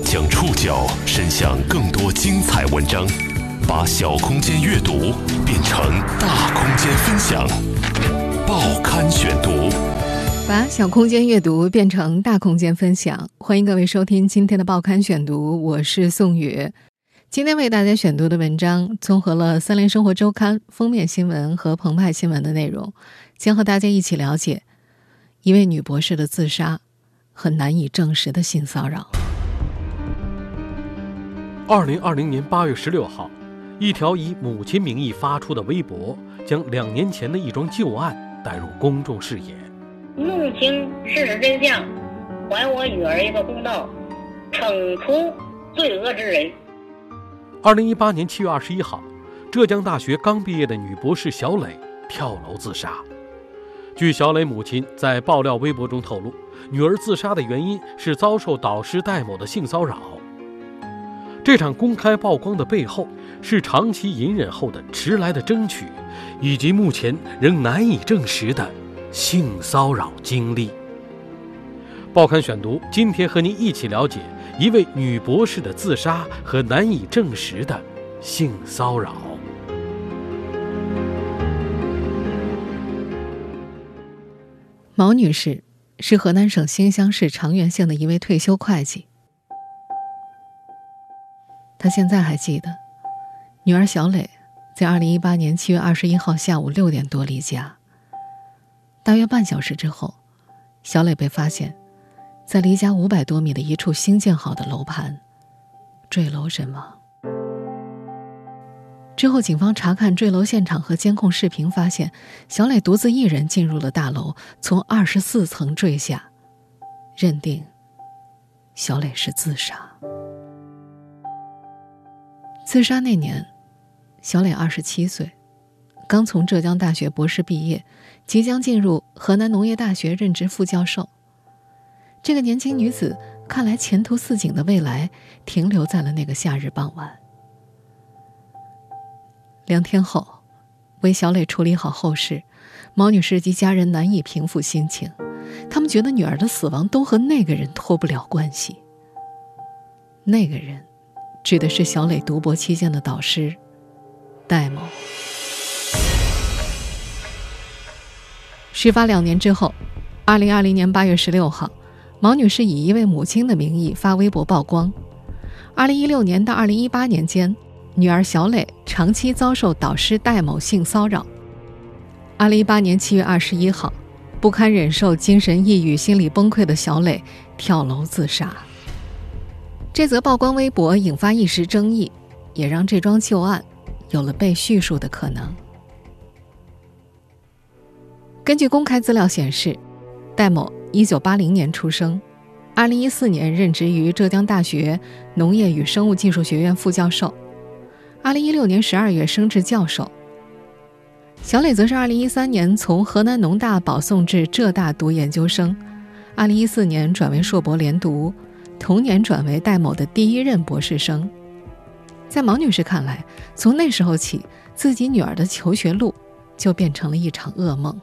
将触角伸向更多精彩文章，把小空间阅读变成大空间分享。报刊选读， 把小空间阅读变成大空间分享。欢迎各位收听今天的报刊选读，我是宋宇。今天为大家选读的文章综合了三联生活周刊封面新闻和澎湃新闻的内容，将和大家一起了解一位女博士的自杀和难以证实的性骚扰。 2020年8月16号，一条以母亲名义发出的微博，将2年前的一桩旧案带入公众视野。 弄清事实真相，还我女儿一个公道，惩处罪恶之人。 2018年7月21号，浙江大学刚毕业的女博士小磊跳楼自杀。据小磊母亲在爆料微博中透露，女儿自杀的原因是遭受导师戴某的性骚扰。这场公开曝光的背后，是长期隐忍后的迟来的争取，以及目前仍难以证实的性骚扰经历。报刊选读今天和您一起了解一位女博士的自杀和难以证实的性骚扰。 毛女士是河南省新乡市长垣县的一位退休会计。她现在还记得，女儿小磊在2018年7月21号下午6点多离家。大约半小时之后，小磊被发现在离家500多米的一处新建好的楼盘坠楼身亡。之后警方查看坠楼现场和监控视频，发现小磊独自一人进入了大楼，从24层坠下，认定小磊是自杀。自杀那年，小磊27岁，刚从浙江大学博士毕业，即将进入河南农业大学任职副教授。这个年轻女子看来前途似锦的未来停留在了那个夏日傍晚。2天后，为小磊处理好后事，毛女士及家人难以平复心情，他们觉得女儿的死亡都和那个人脱不了关系。那个人指的是小磊读博期间的导师戴某。事发2年之后，2020年8月16号，毛女士以一位母亲的名义发微博曝光。2016年到2018年间，女儿小磊长期遭受导师戴某性骚扰。2018年7月21号，不堪忍受精神抑郁、心理崩溃的小磊跳楼自杀。这则曝光微博引发一时争议，也让这桩旧案有了被叙述的可能。根据公开资料显示，戴某1980年出生，2014年任职于浙江大学农业与生物技术学院副教授，2016年12月升至教授。小磊则是2013年从河南农大保送至浙大读研究生，2014年转为硕博连读，同年转为戴某的第一任博士生。在毛女士看来，从那时候起，自己女儿的求学路就变成了一场噩梦。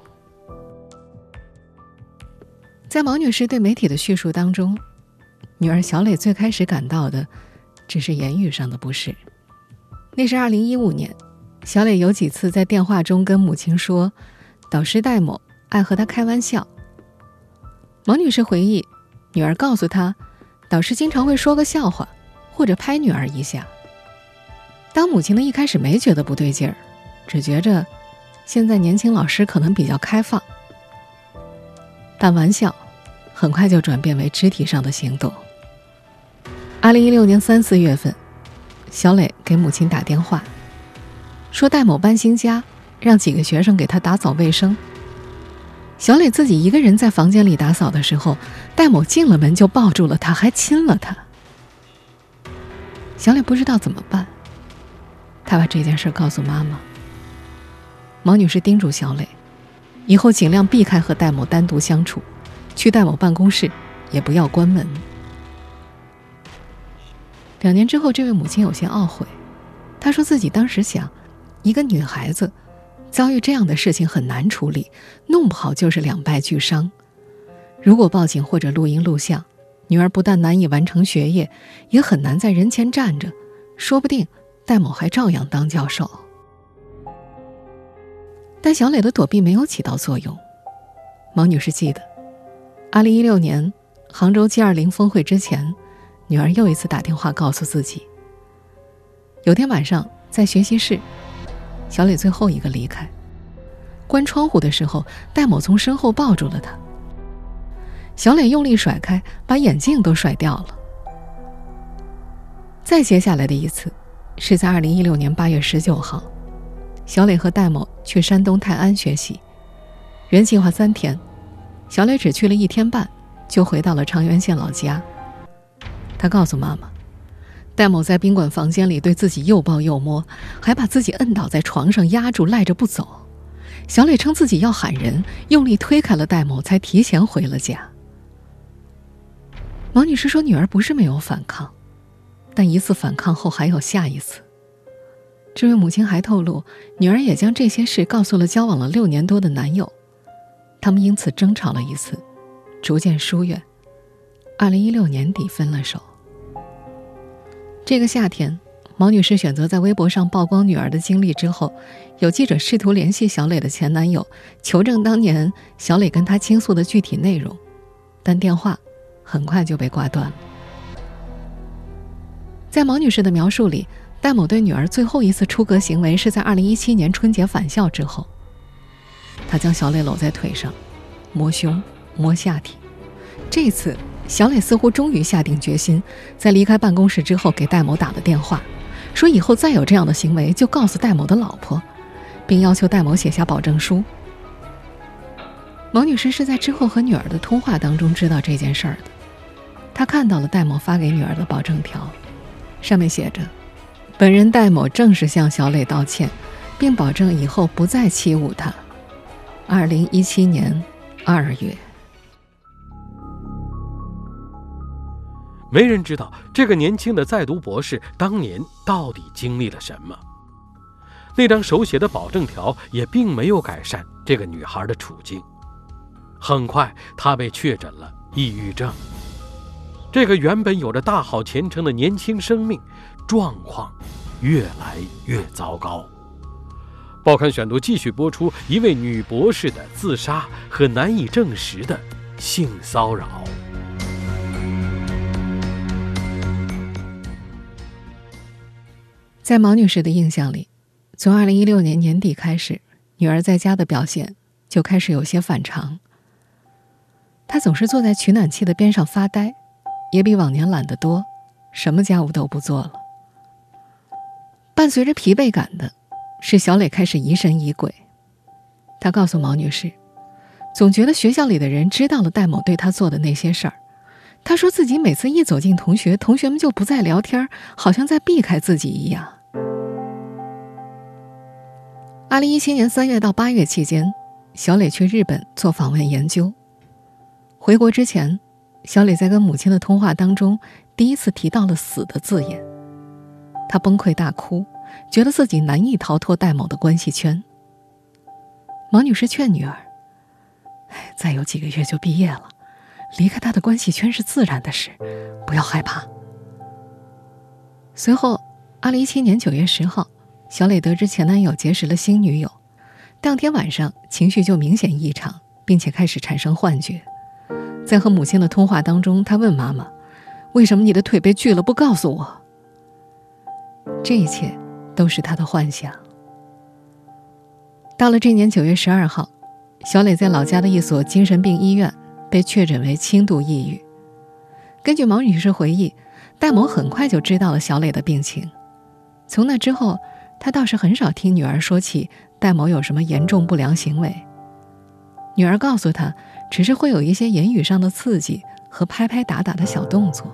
在毛女士对媒体的叙述当中，女儿小磊最开始感到的只是言语上的不适。那是2015年，小磊有几次在电话中跟母亲说，导师戴某爱和她开玩笑。毛女士回忆，女儿告诉她，导师经常会说个笑话，或者拍女儿一下。当母亲呢，一开始没觉得不对劲儿，只觉着现在年轻老师可能比较开放。但玩笑很快就转变为肢体上的行动。2016年3、4月份，小磊给母亲打电话，说戴某搬新家，让几个学生给他打扫卫生。小磊自己一个人在房间里打扫的时候，戴某进了门就抱住了他，还亲了他。小磊不知道怎么办，他把这件事告诉妈妈。毛女士叮嘱小磊，以后尽量避开和戴某单独相处，去戴某办公室也不要关门。2年之后，这位母亲有些懊悔，她说自己当时想，一个女孩子遭遇这样的事情很难处理，弄不好就是两败俱伤。如果报警或者录音录像， 女儿不但难以完成学业，也很难在人前站着，说不定戴某还照样当教授。但小磊的躲避没有起到作用。毛女士记得2016年杭州 G20 峰会之前，女儿又一次打电话告诉自己，有天晚上在学习室，小磊最后一个离开，关窗户的时候，戴某从身后抱住了他。小磊用力甩开，把眼镜都甩掉了。再接下来的一次是在2016年8月19号，小磊和戴某去山东泰安学习，原计划3天，小磊只去了1天半就回到了长垣县老家。他告诉妈妈，戴某在宾馆房间里对自己又抱又摸，还把自己摁倒在床上压住赖着不走。小磊称自己要喊人，用力推开了戴某，才提前回了家。毛女士说，女儿不是没有反抗，但一次反抗后还有下一次。这位母亲还透露，女儿也将这些事告诉了交往了6年多的男友，他们因此争吵了一次，逐渐疏远，2016年底分了手。这个夏天，毛女士选择在微博上曝光女儿的经历之后，有记者试图联系小磊的前男友，求证当年小磊跟她倾诉的具体内容，但电话很快就被挂断了。在毛女士的描述里，戴某对女儿最后一次出格行为是在2017年春节返校之后，他将小磊搂在腿上，摸胸摸下体。这次小磊似乎终于下定决心，在离开办公室之后给戴某打了电话，说以后再有这样的行为就告诉戴某的老婆，并要求戴某写下保证书。毛女士是在之后和女儿的通话当中知道这件事儿的。她看到了戴某发给女儿的保证条，上面写着，本人戴某正式向小磊道歉，并保证以后不再欺侮他。2017年2月。 没人知道这个年轻的在读博士当年到底经历了什么。那张手写的保证条也并没有改善这个女孩的处境。很快，她被确诊了抑郁症。这个原本有着大好前程的年轻生命，状况越来越糟糕。报刊选读继续播出一位女博士的自杀和难以证实的性骚扰。 在毛女士的印象里，从2016年年底开始，女儿在家的表现就开始有些反常。她总是坐在取暖器的边上发呆，也比往年懒得多，什么家务都不做了。伴随着疲惫感的是小磊开始疑神疑鬼。他告诉毛女士，总觉得学校里的人知道了戴某对他做的那些事儿。他说自己每次一走进同学们就不再聊天，好像在避开自己一样。2017年3月到8月期间，小磊去日本做访问研究。回国之前，小磊在跟母亲的通话当中第一次提到了死的字眼。他崩溃大哭，觉得自己难以逃脱戴某的关系圈。毛女士劝女儿，再有几个月就毕业了，离开他的关系圈是自然的事，不要害怕。随后2017年9月10号，小磊得知前男友结识了新女友，当天晚上情绪就明显异常，并且开始产生幻觉。在和母亲的通话当中，他问妈妈，为什么你的腿被锯了不告诉我？这一切都是他的幻想。到了这年9月12号，小磊在老家的一所精神病医院被确诊为轻度抑郁。根据毛女士回忆，戴某很快就知道了小磊的病情。从那之后，他倒是很少听女儿说起戴某有什么严重不良行为。女儿告诉他，只是会有一些言语上的刺激和拍拍打打的小动作。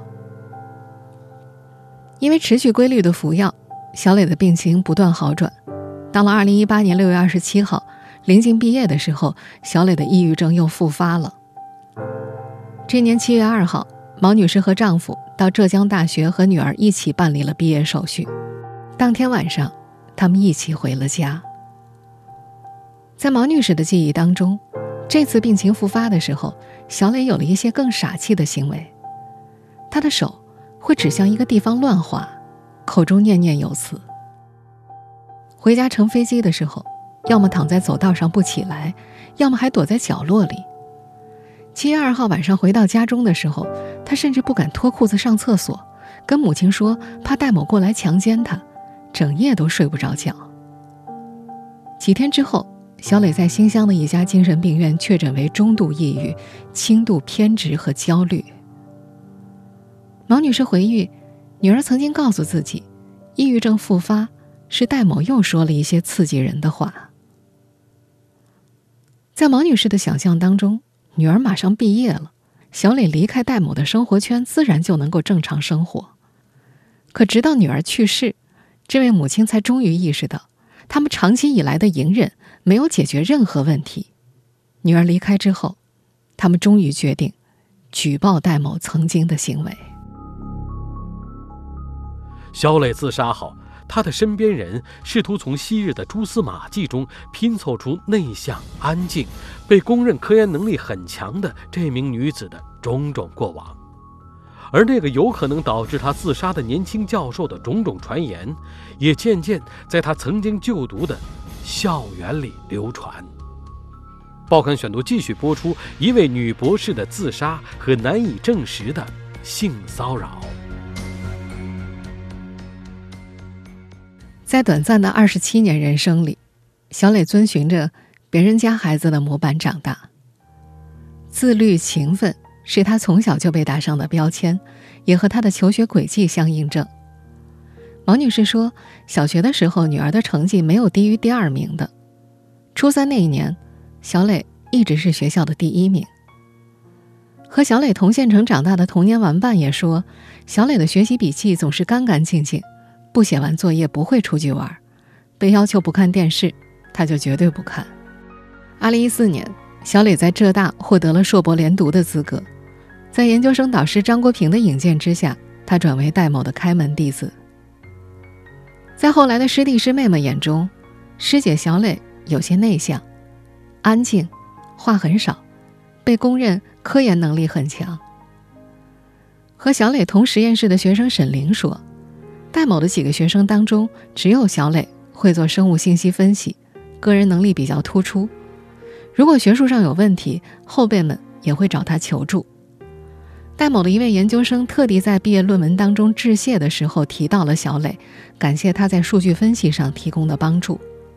因为持续规律的服药，小磊的病情不断好转。到了2018年6月27号，临近毕业的时候，小磊的抑郁症又复发了。这年7月2号，毛女士和丈夫到浙江大学和女儿一起办理了毕业手续。当天晚上，他们一起回了家。在毛女士的记忆当中，这次病情复发的时候，小磊有了一些更傻气的行为。 他的手会指向一个地方乱画，口中念念有词。回家乘飞机的时候，要么躺在走道上不起来，要么还躲在角落里。7月2号晚上回到家中的时候，他甚至不敢脱裤子上厕所，跟母亲说怕戴某过来强奸他，整夜都睡不着觉。几天之后，小磊在新乡的一家精神病院确诊为中度抑郁、轻度偏执和焦虑。毛女士回忆，女儿曾经告诉自己，抑郁症复发是戴某又说了一些刺激人的话。在毛女士的想象当中，女儿马上毕业了，小磊离开戴某的生活圈，自然就能够正常生活。可直到女儿去世，这位母亲才终于意识到，他们长期以来的隐忍没有解决任何问题。女儿离开之后，他们终于决定举报戴某曾经的行为。 小磊自杀后，他的身边人试图从昔日的蛛丝马迹中拼凑出内向、安静、被公认科研能力很强的这名女子的种种过往，而那个有可能导致她自杀的年轻教授的种种传言，也渐渐在她曾经就读的校园里流传。报刊选读继续播出一位女博士的自杀和难以证实的性骚扰。 在短暂的27年人生里，小磊遵循着别人家孩子的模板长大。自律勤奋是他从小就被打上的标签，也和他的求学轨迹相印证。毛女士说，小学的时候女儿的成绩没有低于第2名的，初3那一年，小磊一直是学校的第1名。和小磊同县城长大的童年玩伴也说，小磊的学习笔记总是干干净净，不写完作业不会出去玩，被要求不看电视，他就绝对不看。2014年，小磊在浙大获得了硕博连读的资格，在研究生导师张国平的引荐之下，他转为戴某的开门弟子。在后来的师弟师妹们眼中，师姐小磊有些内向、安静，话很少，被公认科研能力很强。和小磊同实验室的学生沈玲说，戴某的几个学生当中，只有小磊会做生物信息分析，个人能力比较突出。如果学术上有问题，后辈们也会找他求助。戴某的一位研究生特地在毕业论文当中致谢的时候提到了小磊，感谢他在数据分析上提供的帮助。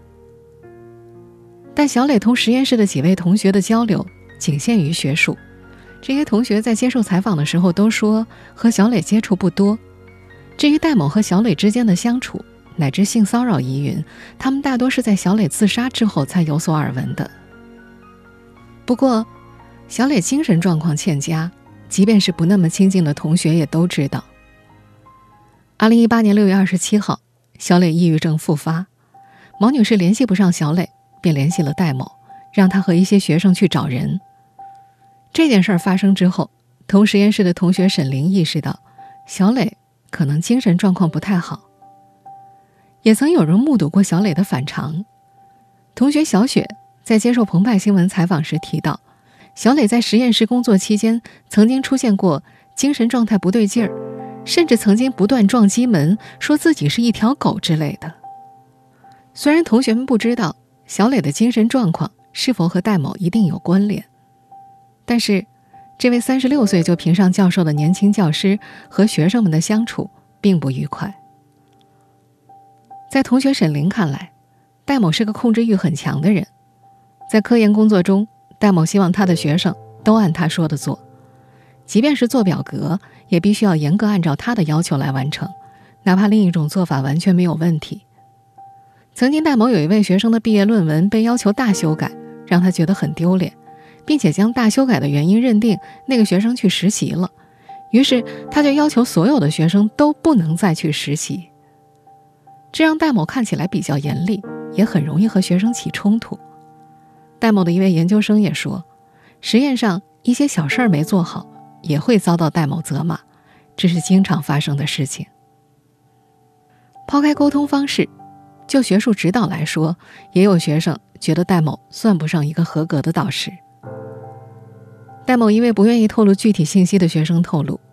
但小磊同实验室的几位同学的交流仅限于学术，这些同学在接受采访的时候都说和小磊接触不多。至于戴某和小磊之间的相处乃至性骚扰疑云，他们大多是在小磊自杀之后才有所耳闻的。不过小磊精神状况欠佳，即便是不那么亲近的同学也都知道。2018年6月27号，小磊抑郁症复发，毛女士联系不上小磊，便联系了戴某，让他和一些学生去找人。这件事发生之后，同实验室的同学沈玲意识到小磊可能精神状况不太好。也曾有人目睹过小磊的反常。同学小雪在接受澎湃新闻采访时提到，小磊在实验室工作期间曾经出现过精神状态不对劲儿，甚至曾经不断撞击门，说自己是一条狗之类的。虽然同学们不知道小磊的精神状况是否和戴某一定有关联，但是这位36岁就评上教授的年轻教师和学生们的相处并不愉快。在同学沈玲看来，戴某是个控制欲很强的人，在科研工作中，戴某希望他的学生都按他说的做，即便是做表格，也必须要严格按照他的要求来完成，哪怕另一种做法完全没有问题。曾经戴某有一位学生的毕业论文被要求大修改，让他觉得很丢脸，并且将大修改的原因认定那个学生去实习了，于是他就要求所有的学生都不能再去实习。这让戴某看起来比较严厉，也很容易和学生起冲突。戴某的一位研究生也说，实验上一些小事没做好，也会遭到戴某责骂，这是经常发生的事情。抛开沟通方式，就学术指导来说，也有学生觉得戴某算不上一个合格的导师。戴某一位不愿意透露具体信息的学生透露，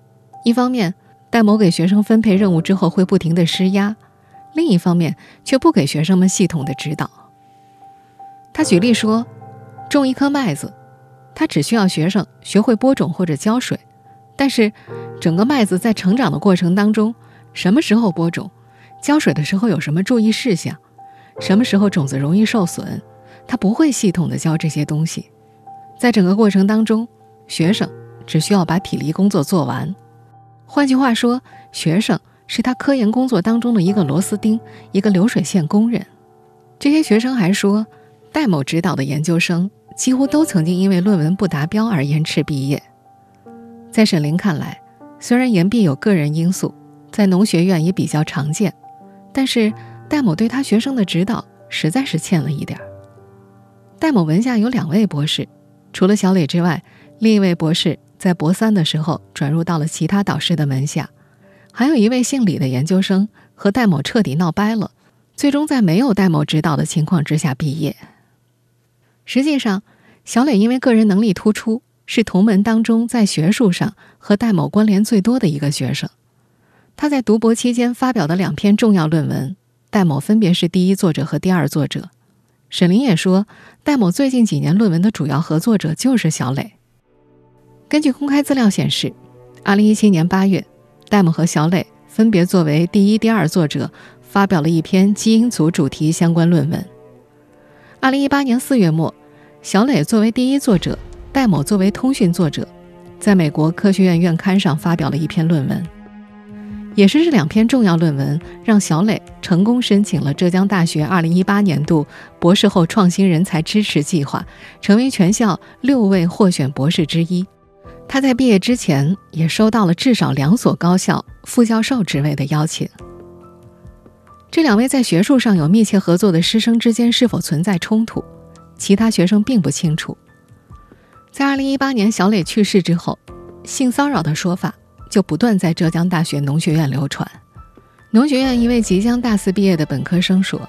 一方面，戴某给学生分配任务之后会不停地施压，另一方面却不给学生们系统的指导。他举例说，种一颗麦子，他只需要学生学会播种或者浇水，但是整个麦子在成长的过程当中，什么时候播种，浇水的时候有什么注意事项，什么时候种子容易受损，他不会系统的教这些东西。在整个过程当中，学生只需要把体力工作做完。换句话说，学生是他科研工作当中的一个螺丝钉，一个流水线工人。这些学生还说，戴某指导的研究生几乎都曾经因为论文不达标而延迟毕业。在沈凌看来，虽然延毕有个人因素，在农学院也比较常见，但是戴某对他学生的指导实在是欠了一点。戴某门下有2位博士，除了小磊之外，另一位博士在博3的时候转入到了其他导师的门下，还有一位姓李的研究生和戴某彻底闹掰了，最终在没有戴某指导的情况之下毕业。实际上，小磊因为个人能力突出，是同门当中在学术上和戴某关联最多的一个学生。他在读博期间发表的2篇重要论文，戴某分别是第1作者和第2作者。沈凌也说，戴某最近几年论文的主要合作者就是小磊。根据公开资料显示，2017年8月，戴某和小磊分别作为第1、第2作者发表了一篇基因组主题相关论文。2018年4月末，小磊作为第1作者，戴某作为通讯作者，在美国科学院院刊上发表了一篇论文。也是这2篇重要论文，让小磊成功申请了浙江大学2018年度博士后创新人才支持计划，成为全校6位获选博士之一。他在毕业之前也收到了至少2所高校副教授职位的邀请。这2位在学术上有密切合作的师生之间是否存在冲突，其他学生并不清楚。在2018年小磊去世之后，性骚扰的说法就不断在浙江大学农学院流传。农学院一位即将大4毕业的本科生说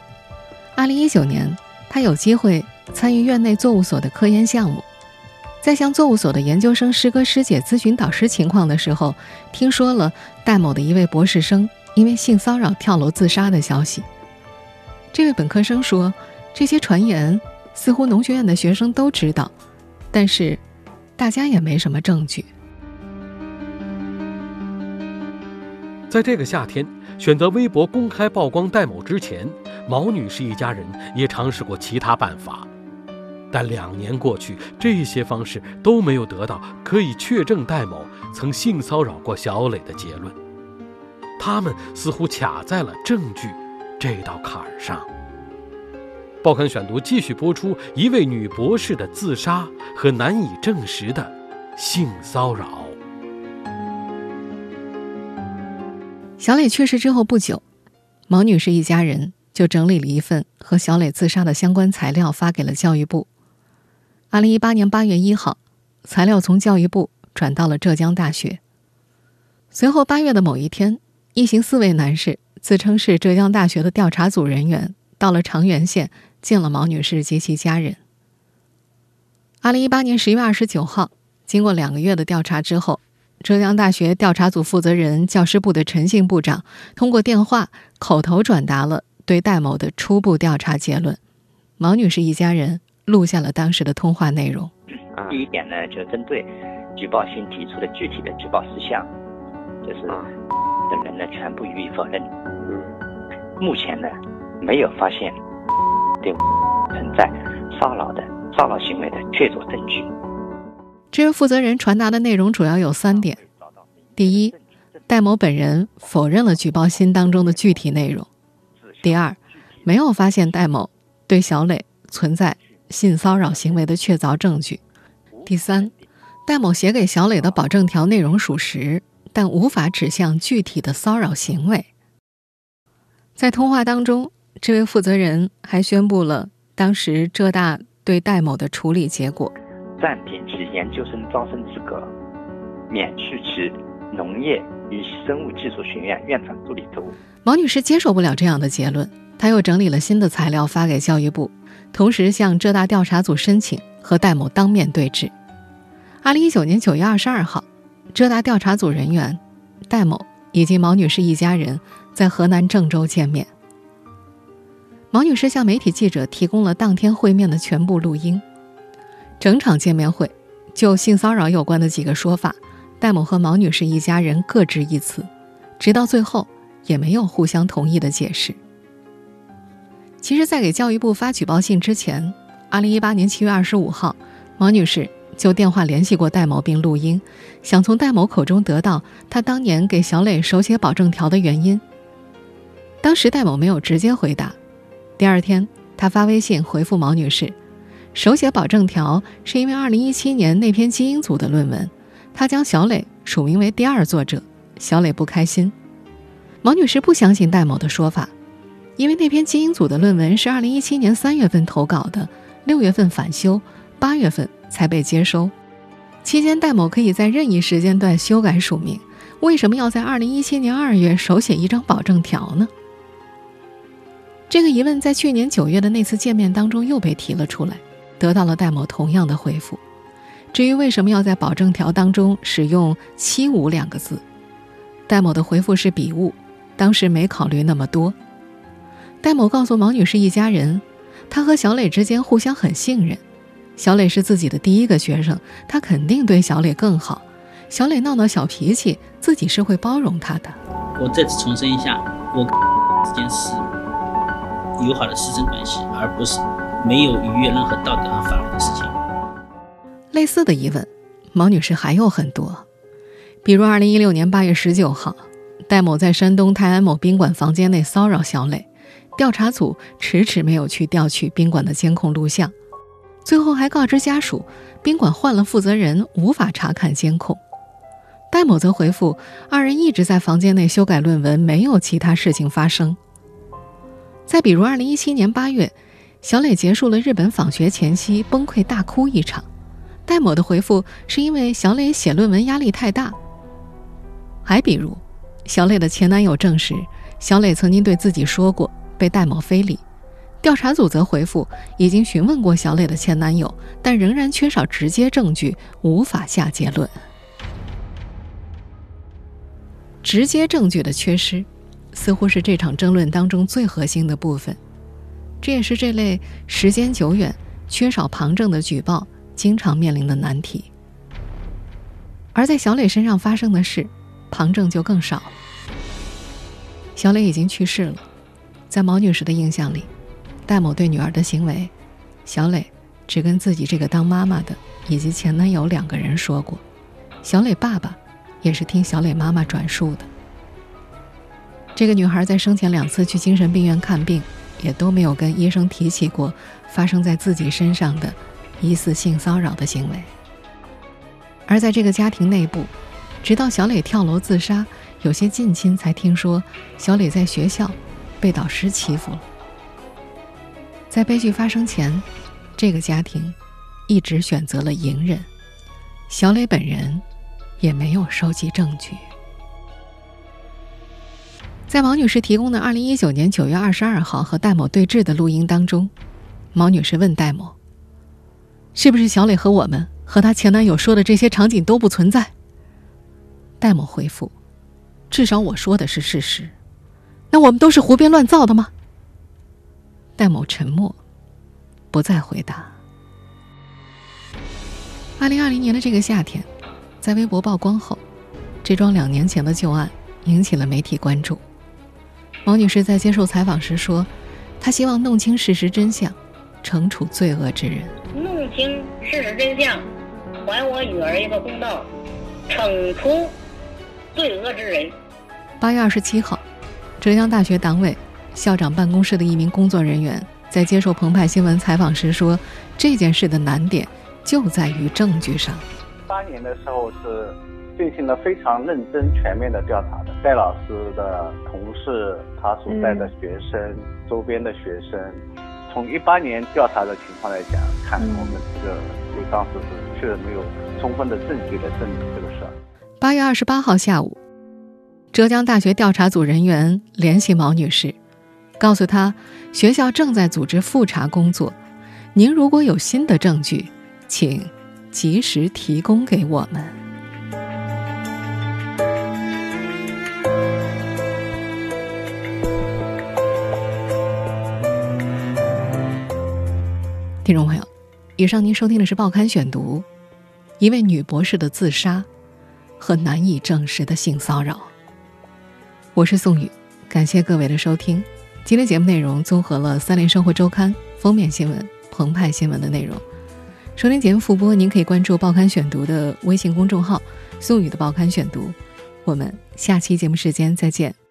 ，2019年他有机会参与院内作物所的科研项目，在向作物所的研究生师哥师姐咨询导师情况的时候，听说了戴某的一位博士生因为性骚扰跳楼自杀的消息。这位本科生说，这些传言似乎农学院的学生都知道，但是大家也没什么证据。 在这个夏天，选择微博公开曝光戴某之前，毛女士一家人也尝试过其他办法，但2年过去，这些方式都没有得到可以确证戴某曾性骚扰过小磊的结论。他们似乎卡在了证据这道坎儿上。报刊选读继续播出一位女博士的自杀和难以证实的性骚扰。 小磊去世之后不久，毛女士一家人就整理了一份和小磊自杀的相关材料发给了教育部。2018年8月1号，材料从教育部转到了浙江大学。随后8月的某一天，一行4位男士自称是浙江大学的调查组人员，到了长垣县见了毛女士及其家人。2018年11月29号，经过2个月的调查之后，浙江大学调查组负责人教师部的陈姓部长通过电话口头转达了对戴某的初步调查结论。毛女士一家人录下了当时的通话内容。 第一点呢，就针对举报信提出的具体的举报事项，就是等人呢全部予以否认。目前呢，没有发现对存在骚扰行为的确凿证据。 这位负责人传达的内容主要有3点。第一，戴某本人否认了举报信当中的具体内容。第二，没有发现戴某对小磊存在性骚扰行为的确凿证据。第三，戴某写给小磊的保证条内容属实，但无法指向具体的骚扰行为。在通话当中，这位负责人还宣布了当时浙大对戴某的处理结果： 暂停其研究生招生资格，免去其农业与生物技术学院院长助理职务。 毛女士接受不了这样的结论，她又整理了新的材料发给教育部，同时向浙大调查组申请和戴某当面对质。2019年9月22号，浙大调查组人员戴某以及毛女士一家人在河南郑州见面。毛女士向媒体记者提供了当天会面的全部录音。整场见面会就性骚扰有关的几个说法，戴某和毛女士一家人各执一词，直到最后也没有互相同意的解释。其实在给教育部发举报信之前，2018年7月25号，毛女士就电话联系过戴某并录音，想从戴某口中得到他当年给小磊手写保证条的原因。当时戴某没有直接回答，第二天他发微信回复毛女士，手写保证条是因为2017年那篇基因组的论文，他将小磊署名为第二作者，小磊不开心。毛女士不相信戴某的说法，因为那篇基因组的论文是2017年3月份投稿的，6月份返修，8月份才被接收。期间戴某可以在任意时间段修改署名，为什么要在2017年2月手写一张保证条呢？这个疑问在去年9月的那次见面当中又被提了出来，得到了戴某同样的回复。至于为什么要在保证条当中使用752个字，戴某的回复是笔误，当时没考虑那么多。戴某告诉毛女士一家人，他和小磊之间互相很信任，小磊是自己的第一个学生，他肯定对小磊更好，小磊闹闹小脾气，自己是会包容他的。 我再次重申一下，我之间是友好的师生关系，而不是没有逾越任何道德和法律的事情。 类似的疑问，毛女士还有很多，比如2016年8月19号，戴某在山东泰安某宾馆房间内骚扰小磊，调查组迟迟没有去调取宾馆的监控录像，最后还告知家属，宾馆换了负责人，无法查看监控。戴某则回复，二人一直在房间内修改论文，没有其他事情发生。再比如2017年8月，小磊结束了日本访学前夕崩溃大哭一场，戴某的回复是因为小磊写论文压力太大。还比如小磊的前男友证实，小磊曾经对自己说过被戴某非礼，调查组则回复已经询问过小磊的前男友，但仍然缺少直接证据，无法下结论。直接证据的缺失似乎是这场争论当中最核心的部分，这也是这类时间久远、缺少旁证的举报经常面临的难题。而在小磊身上发生的事，旁证就更少了。小磊已经去世了，在毛女士的印象里，戴某对女儿的行为，小磊只跟自己这个当妈妈的以及前男友2个人说过，小磊爸爸也是听小磊妈妈转述的。这个女孩在生前2次去精神病院看病，也都没有跟医生提起过发生在自己身上的疑似性骚扰的行为。而在这个家庭内部，直到小磊跳楼自杀，有些近亲才听说小磊在学校被导师欺负了。在悲剧发生前，这个家庭一直选择了隐忍，小磊本人也没有收集证据。在毛女士提供的2019年9月22号和戴某对峙的录音当中，毛女士问戴某，是不是小磊和我们和她前男友说的这些场景都不存在？戴某回复，至少我说的是事实，那我们都是胡编乱造的吗？戴某沉默，不再回答。2020年的这个夏天，在微博曝光后，这桩2年前的旧案引起了媒体关注。毛女士在接受采访时说，她希望弄清事实真相，惩处罪恶之人。 弄清事实真相，还我女儿一个公道，惩处罪恶之人。 8月27号，浙江大学党委校长办公室的一名工作人员在接受澎湃新闻采访时说，这件事的难点就在于证据上。 8年的时候是进行了非常认真全面的调查的，戴老师的同事，他所在的学生，周边的学生，从18年调查的情况来讲，看我们这个就当时是确实没有充分的证据来证明这个事儿。 8月28号下午，浙江大学调查组人员联系毛女士，告诉她学校正在组织复查工作，您如果有新的证据，请及时提供给我们。 听众朋友，以上您收听的是《报刊选读》，一位女博士的自杀和难以证实的性骚扰。我是宋宇，感谢各位的收听。今天节目内容综合了三联生活周刊、封面新闻、澎湃新闻的内容。收听节目复播，您可以关注《报刊选读》的微信公众号宋宇的报刊选读。我们下期节目时间再见。